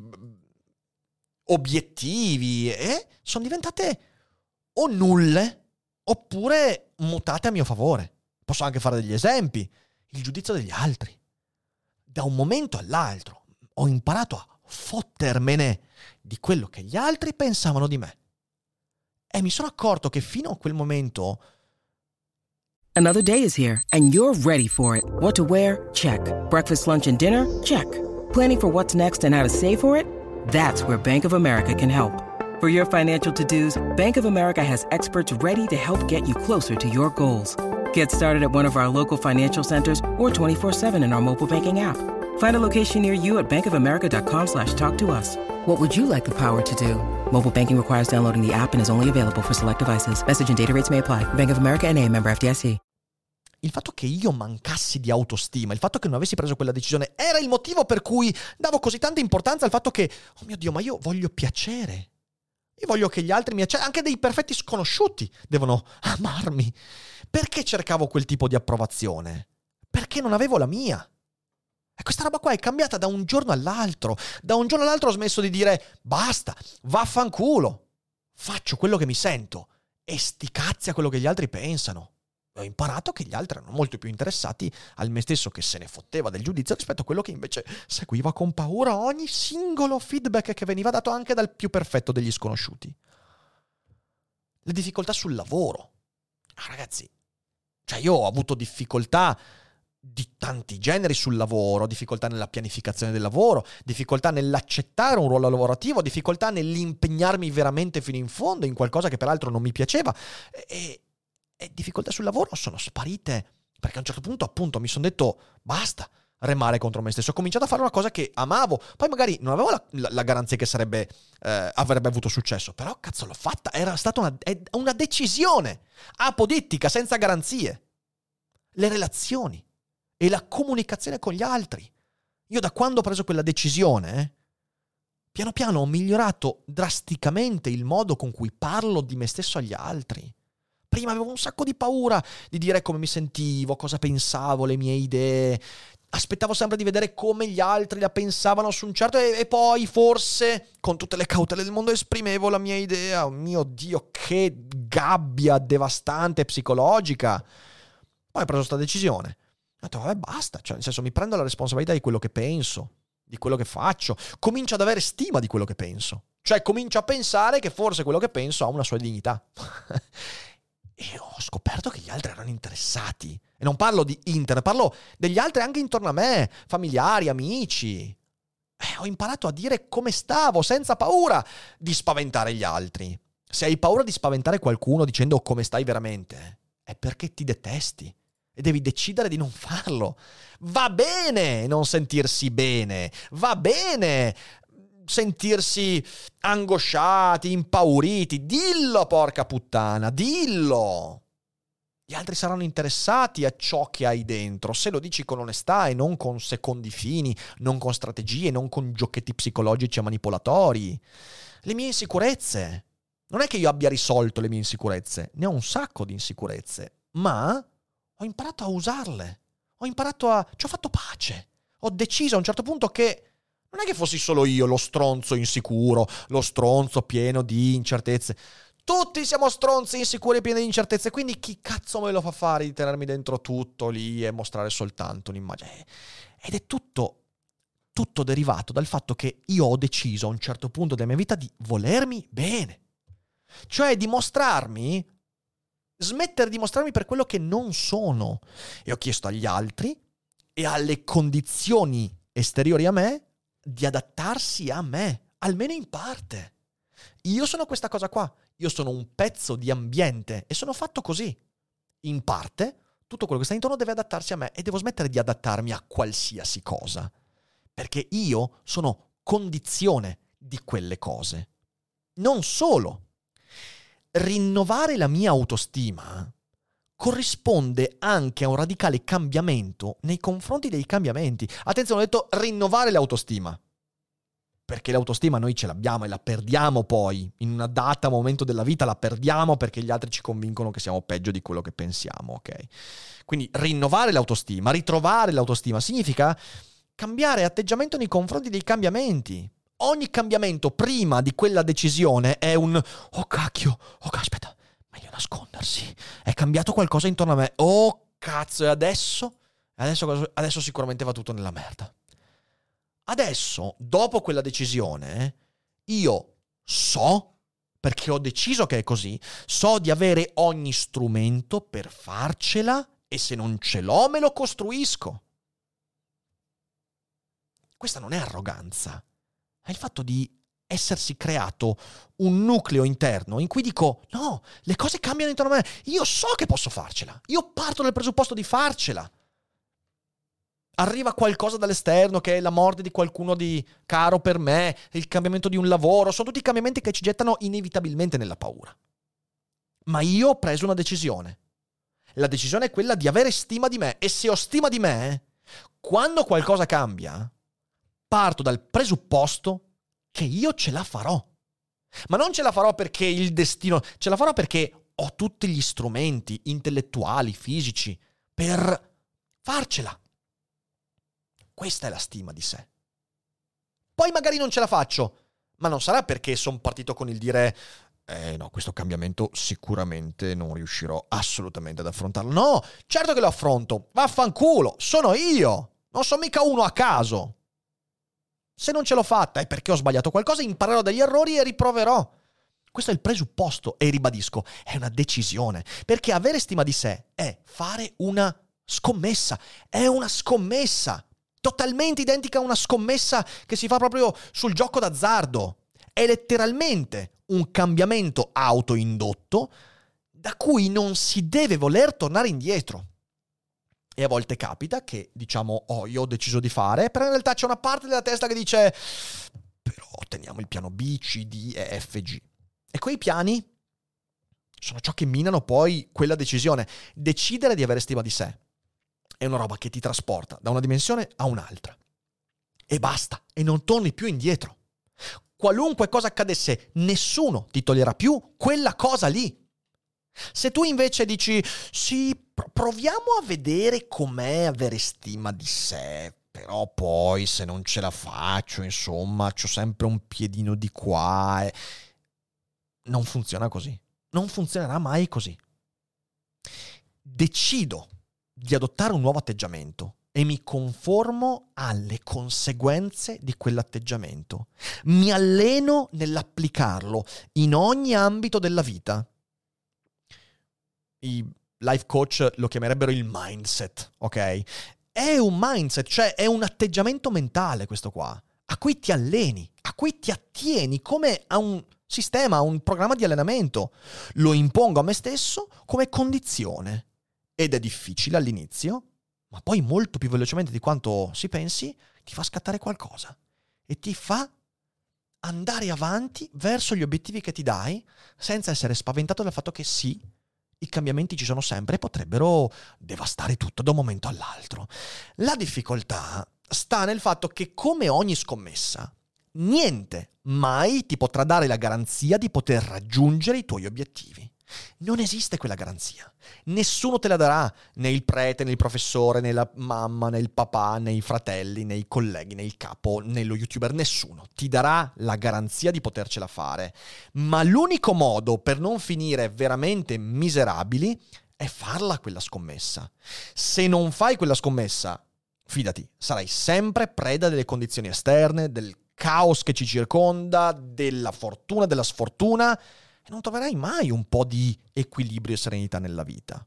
obiettivi, eh, sono diventate o nulle oppure mutate a mio favore. Posso anche fare degli esempi. Il giudizio degli altri. Da un momento all'altro ho imparato a fottermene di quello che gli altri pensavano di me. E mi sono accorto che fino a quel momento... Another day is here, and you're ready for it. What to wear? Check. Breakfast, lunch, and dinner? Check. Planning for what's next and how to save for it? That's where Bank of America can help. For your financial to-dos, Bank of America has experts ready to help get you closer to your goals. Get started at one of our local financial centers or twenty-four seven in our mobile banking app. Find a location near you at bankofamerica.com slash talk to us. What would you like the power to do? Mobile banking requires downloading the app and is only available for select devices. Message and data rates may apply. Bank of America N A, member F D I C. Il fatto che io mancassi di autostima, il fatto che non avessi preso quella decisione, era il motivo per cui davo così tanta importanza al fatto che, oh mio Dio, ma io voglio piacere. Io voglio che gli altri mi accettino, anche dei perfetti sconosciuti devono amarmi. Perché cercavo quel tipo di approvazione? Perché non avevo la mia. E questa roba qua è cambiata da un giorno all'altro. Da un giorno all'altro ho smesso di dire, basta, vaffanculo. Faccio quello che mi sento e sti cazzi a quello che gli altri pensano. Ho imparato che gli altri erano molto più interessati al me stesso, che se ne fotteva del giudizio, rispetto a quello che invece seguiva con paura ogni singolo feedback che veniva dato anche dal più perfetto degli sconosciuti. Le difficoltà sul lavoro. Ah, ragazzi, cioè io ho avuto difficoltà di tanti generi sul lavoro, difficoltà nella pianificazione del lavoro, difficoltà nell'accettare un ruolo lavorativo, difficoltà nell'impegnarmi veramente fino in fondo in qualcosa che peraltro non mi piaceva, e E difficoltà sul lavoro sono sparite, perché a un certo punto appunto mi sono detto basta remare contro me stesso. Ho cominciato a fare una cosa che amavo, poi magari non avevo la, la, la garanzia che sarebbe eh, avrebbe avuto successo, però cazzo l'ho fatta, era stata una, una decisione apodittica, senza garanzie. Le relazioni e la comunicazione con gli altri. Io da quando ho preso quella decisione eh, piano piano ho migliorato drasticamente il modo con cui parlo di me stesso agli altri. Prima avevo un sacco di paura di dire come mi sentivo, cosa pensavo, le mie idee. Aspettavo sempre di vedere come gli altri la pensavano su un certo... E, e poi forse, con tutte le cautele del mondo, esprimevo la mia idea. Oh mio Dio, che gabbia devastante psicologica. Poi ho preso questa decisione. Ho detto, vabbè, basta. Cioè, nel senso, mi prendo la responsabilità di quello che penso, di quello che faccio. Comincio ad avere stima di quello che penso. Cioè, comincio a pensare che forse quello che penso ha una sua dignità. E ho scoperto che gli altri erano interessati. E non parlo di internet, parlo degli altri anche intorno a me, familiari, amici. E ho imparato a dire come stavo, senza paura di spaventare gli altri. Se hai paura di spaventare qualcuno dicendo come stai veramente, è perché ti detesti. E devi decidere di non farlo. Va bene non sentirsi bene. Va bene sentirsi angosciati, impauriti. Dillo, porca puttana, dillo. Gli altri saranno interessati a ciò che hai dentro, se lo dici con onestà e non con secondi fini, non con strategie, non con giochetti psicologici e manipolatori. Le mie insicurezze. Non è che io abbia risolto le mie insicurezze, ne ho un sacco di insicurezze, ma ho imparato a usarle. Ho imparato a... ci ho fatto pace. Ho deciso a un certo punto che non è che fossi solo io lo stronzo insicuro, lo stronzo pieno di incertezze. Tutti siamo stronzi insicuri e pieni di incertezze, quindi chi cazzo me lo fa fare di tenermi dentro tutto lì e mostrare soltanto un'immagine? Ed è tutto, tutto derivato dal fatto che io ho deciso a un certo punto della mia vita di volermi bene. Cioè di mostrarmi, smettere di mostrarmi per quello che non sono. E ho chiesto agli altri e alle condizioni esteriori a me di adattarsi a me, almeno in parte. Io sono questa cosa qua, io sono un pezzo di ambiente e sono fatto così. In parte, tutto quello che sta intorno deve adattarsi a me e devo smettere di adattarmi a qualsiasi cosa, perché io sono condizione di quelle cose. Non solo, rinnovare la mia autostima corrisponde anche a un radicale cambiamento nei confronti dei cambiamenti. Attenzione, ho detto rinnovare l'autostima, perché l'autostima noi ce l'abbiamo e la perdiamo poi, in una data, momento della vita la perdiamo perché gli altri ci convincono che siamo peggio di quello che pensiamo, ok? Quindi rinnovare l'autostima, ritrovare l'autostima, significa cambiare atteggiamento nei confronti dei cambiamenti. Ogni cambiamento prima di quella decisione è un oh cacchio, oh aspetta, meglio nascondersi, è cambiato qualcosa intorno a me, oh cazzo, e adesso? Adesso, adesso sicuramente va tutto nella merda. Adesso, dopo quella decisione, io so, perché ho deciso che è così, so di avere ogni strumento per farcela e se non ce l'ho me lo costruisco. Questa non è arroganza, è il fatto di essersi creato un nucleo interno in cui dico no, le cose cambiano intorno a me, io so che posso farcela, io parto dal presupposto di farcela. Arriva qualcosa dall'esterno che è la morte di qualcuno di caro per me, il cambiamento di un lavoro, sono tutti cambiamenti che ci gettano inevitabilmente nella paura. Ma io ho preso una decisione. La decisione è quella di avere stima di me, e se ho stima di me, quando qualcosa cambia, parto dal presupposto che io ce la farò. Ma non ce la farò perché il destino, ce la farò perché ho tutti gli strumenti intellettuali, fisici, per farcela. Questa è la stima di sé. Poi magari non ce la faccio, ma non sarà perché sono partito con il dire eh no, questo cambiamento sicuramente non riuscirò assolutamente ad affrontarlo. No, certo che lo affronto, vaffanculo, sono io, non sono mica uno a caso. Se non ce l'ho fatta è perché ho sbagliato qualcosa, imparerò dagli errori e riproverò. Questo è il presupposto e ribadisco, è una decisione, perché avere stima di sé è fare una scommessa, è una scommessa, totalmente identica a una scommessa che si fa proprio sul gioco d'azzardo. È letteralmente un cambiamento autoindotto da cui non si deve voler tornare indietro. E a volte capita che diciamo, oh, io ho deciso di fare, però in realtà c'è una parte della testa che dice, però teniamo il piano B, C, D e F, G. E quei piani sono ciò che minano poi quella decisione. Decidere di avere stima di sé è una roba che ti trasporta da una dimensione a un'altra. E basta, e non torni più indietro. Qualunque cosa accadesse, nessuno ti toglierà più quella cosa lì. Se tu invece dici, sì, proviamo a vedere com'è avere stima di sé, però poi se non ce la faccio, insomma, c'ho sempre un piedino di qua. E... non funziona così. Non funzionerà mai così. Decido di adottare un nuovo atteggiamento e mi conformo alle conseguenze di quell'atteggiamento. Mi alleno nell'applicarlo in ogni ambito della vita. I life coach lo chiamerebbero il mindset, ok? È un mindset, cioè è un atteggiamento mentale questo qua, a cui ti alleni, a cui ti attieni come a un sistema, a un programma di allenamento. Lo impongo a me stesso come condizione ed è difficile all'inizio, ma poi molto più velocemente di quanto si pensi ti fa scattare qualcosa e ti fa andare avanti verso gli obiettivi che ti dai senza essere spaventato dal fatto che sì, i cambiamenti ci sono sempre e potrebbero devastare tutto da un momento all'altro. La difficoltà sta nel fatto che, come ogni scommessa, niente mai ti potrà dare la garanzia di poter raggiungere i tuoi obiettivi. Non esiste quella garanzia. Nessuno te la darà, né il prete, né il professore, né la mamma, né il papà, né i fratelli, né i colleghi, né il capo, né lo youtuber. Nessuno ti darà la garanzia di potercela fare. Ma l'unico modo per non finire veramente miserabili è farla quella scommessa. Se non fai quella scommessa, fidati, sarai sempre preda delle condizioni esterne, del caos che ci circonda, della fortuna, della sfortuna, e non troverai mai un po' di equilibrio e serenità nella vita.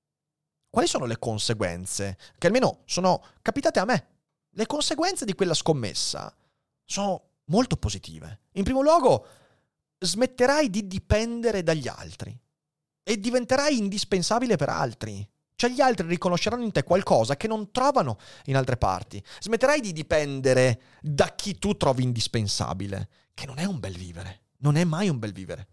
Quali sono le conseguenze? Che almeno sono capitate a me. Le conseguenze di quella scommessa sono molto positive. In primo luogo, smetterai di dipendere dagli altri e diventerai indispensabile per altri. Cioè gli altri riconosceranno in te qualcosa che non trovano in altre parti. Smetterai di dipendere da chi tu trovi indispensabile, che non è un bel vivere. Non è mai un bel vivere.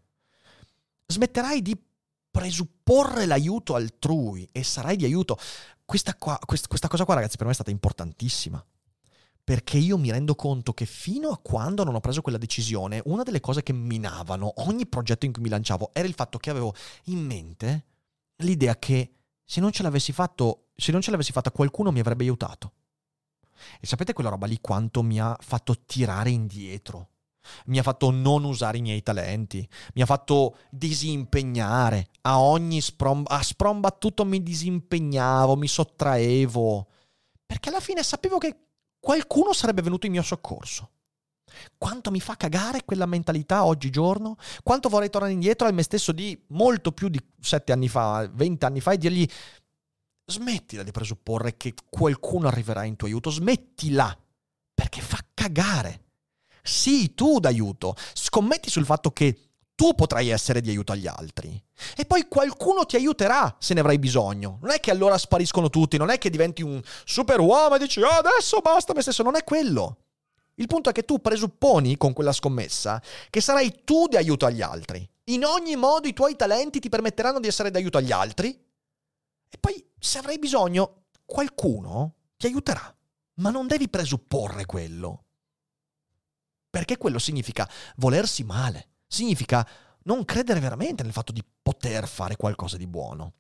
Smetterai di presupporre l'aiuto altrui e sarai di aiuto. Questa, qua, quest, questa cosa qua, ragazzi, per me è stata importantissima. Perché io mi rendo conto che fino a quando non ho preso quella decisione, una delle cose che minavano ogni progetto in cui mi lanciavo era il fatto che avevo in mente l'idea che se non ce l'avessi fatto, se non ce l'avessi fatta qualcuno mi avrebbe aiutato. E sapete quella roba lì quanto mi ha fatto tirare indietro? mi ha fatto non usare i miei talenti, mi ha fatto disimpegnare, a ogni sprom- a sprombattuto mi disimpegnavo, mi sottraevo, perché alla fine sapevo che qualcuno sarebbe venuto in mio soccorso. Quanto mi fa cagare quella mentalità oggigiorno, quanto vorrei tornare indietro al me stesso di molto più di sette anni fa, venti anni fa e dirgli: smettila di presupporre che qualcuno arriverà in tuo aiuto, smettila, perché fa cagare. Sii tu d'aiuto, scommetti sul fatto che tu potrai essere di aiuto agli altri e poi qualcuno ti aiuterà se ne avrai bisogno. Non è che allora spariscono tutti, non è che diventi un superuomo e dici: oh, adesso basta me stesso, non è quello. Il punto è che tu presupponi con quella scommessa che sarai tu di aiuto agli altri. In ogni modo i tuoi talenti ti permetteranno di essere d'aiuto agli altri e poi se avrai bisogno qualcuno ti aiuterà. Ma non devi presupporre quello. Perché quello significa volersi male. Significa non credere veramente nel fatto di poter fare qualcosa di buono.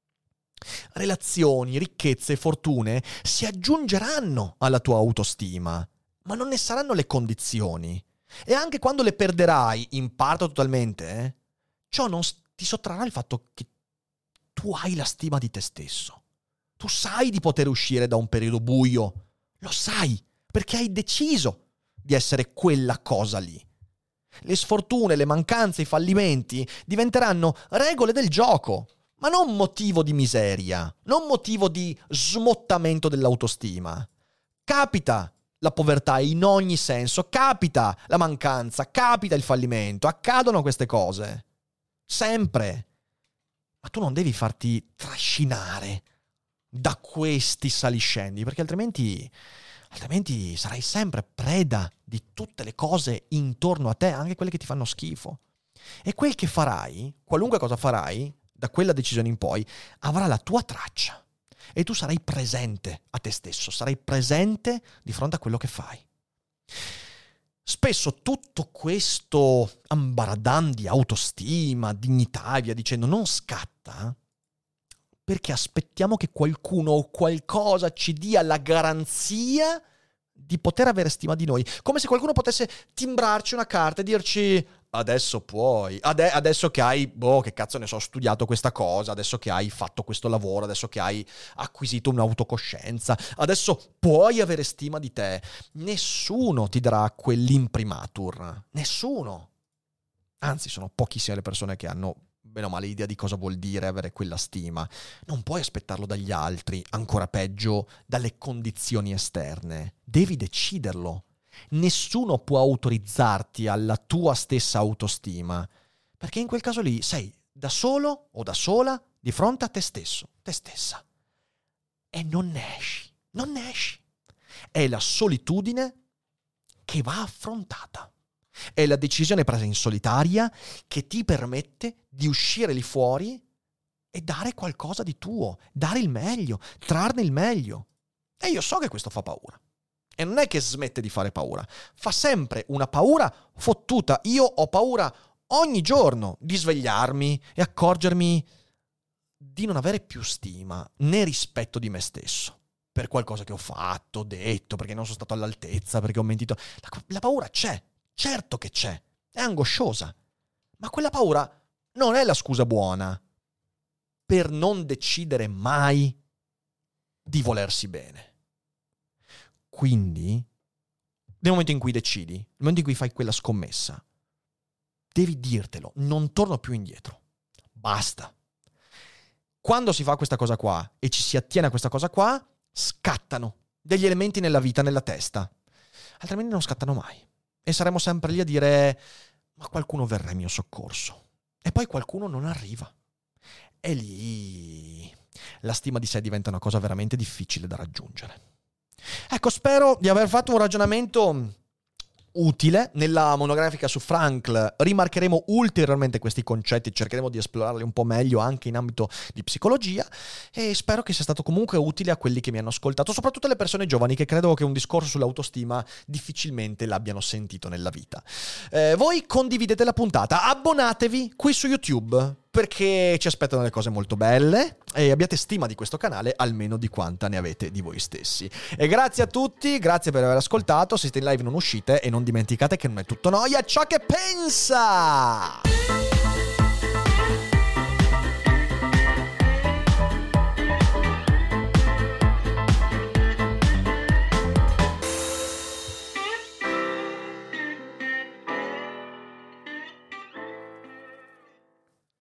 Relazioni, ricchezze e fortune si aggiungeranno alla tua autostima, ma non ne saranno le condizioni. E anche quando le perderai, in parte o totalmente, eh, ciò non ti sottrarrà il fatto che tu hai la stima di te stesso. Tu sai di poter uscire da un periodo buio. Lo sai, perché hai deciso di essere quella cosa lì. Le sfortune, le mancanze, i fallimenti diventeranno regole del gioco, ma non motivo di miseria, non motivo di smottamento dell'autostima. Capita la povertà in ogni senso, capita la mancanza, capita il fallimento, accadono queste cose. Sempre. Ma tu non devi farti trascinare da questi saliscendi, perché altrimenti, altrimenti sarai sempre preda di tutte le cose intorno a te, anche quelle che ti fanno schifo. E quel che farai, qualunque cosa farai, da quella decisione in poi, avrà la tua traccia. E tu sarai presente a te stesso, sarai presente di fronte a quello che fai. Spesso tutto questo ambaradan di autostima, dignità e via dicendo non scatta perché aspettiamo che qualcuno o qualcosa ci dia la garanzia di poter avere stima di noi. Come se qualcuno potesse timbrarci una carta e dirci: adesso puoi, Ade- adesso che hai, boh, che cazzo ne so, studiato questa cosa, adesso che hai fatto questo lavoro, adesso che hai acquisito un'autocoscienza, adesso puoi avere stima di te. Nessuno ti darà quell'imprimatur, nessuno. Anzi, sono pochissime le persone che hanno bene o male idea di cosa vuol dire avere quella stima. Non puoi aspettarlo dagli altri, ancora peggio dalle condizioni esterne. Devi deciderlo. Nessuno può autorizzarti alla tua stessa autostima, perché in quel caso lì sei da solo o da sola di fronte a te stesso, te stessa. E non ne esci, non ne esci. È la solitudine che va affrontata. È la decisione presa in solitaria che ti permette di uscire lì fuori e dare qualcosa di tuo, dare il meglio, trarne il meglio. E io so che questo fa paura. E non è che smette di fare paura. Fa sempre una paura fottuta. Io ho paura ogni giorno di svegliarmi e accorgermi di non avere più stima né rispetto di me stesso per qualcosa che ho fatto, detto, perché non sono stato all'altezza, perché ho mentito. La, la paura c'è. Certo che c'è, è angosciosa, ma quella paura non è la scusa buona per non decidere mai di volersi bene. Quindi, nel momento in cui decidi, nel momento in cui fai quella scommessa, devi dirtelo, non torno più indietro, basta. Quando si fa questa cosa qua e ci si attiene a questa cosa qua, scattano degli elementi nella vita, nella testa, altrimenti non scattano mai. E saremo sempre lì a dire: ma qualcuno verrà in mio soccorso. E poi qualcuno non arriva. E lì la stima di sé diventa una cosa veramente difficile da raggiungere. Ecco, spero di aver fatto un ragionamento utile. Nella monografica su Frankl rimarcheremo ulteriormente questi concetti, cercheremo di esplorarli un po' meglio anche in ambito di psicologia, e spero che sia stato comunque utile a quelli che mi hanno ascoltato, soprattutto alle persone giovani che credo che un discorso sull'autostima difficilmente l'abbiano sentito nella vita. Eh, voi condividete la puntata, abbonatevi qui su YouTube perché ci aspettano delle cose molto belle e abbiate stima di questo canale almeno di quanta ne avete di voi stessi. E grazie a tutti, grazie per aver ascoltato. Se siete in live non uscite e non dimenticate che non è tutto noia ciò che pensa.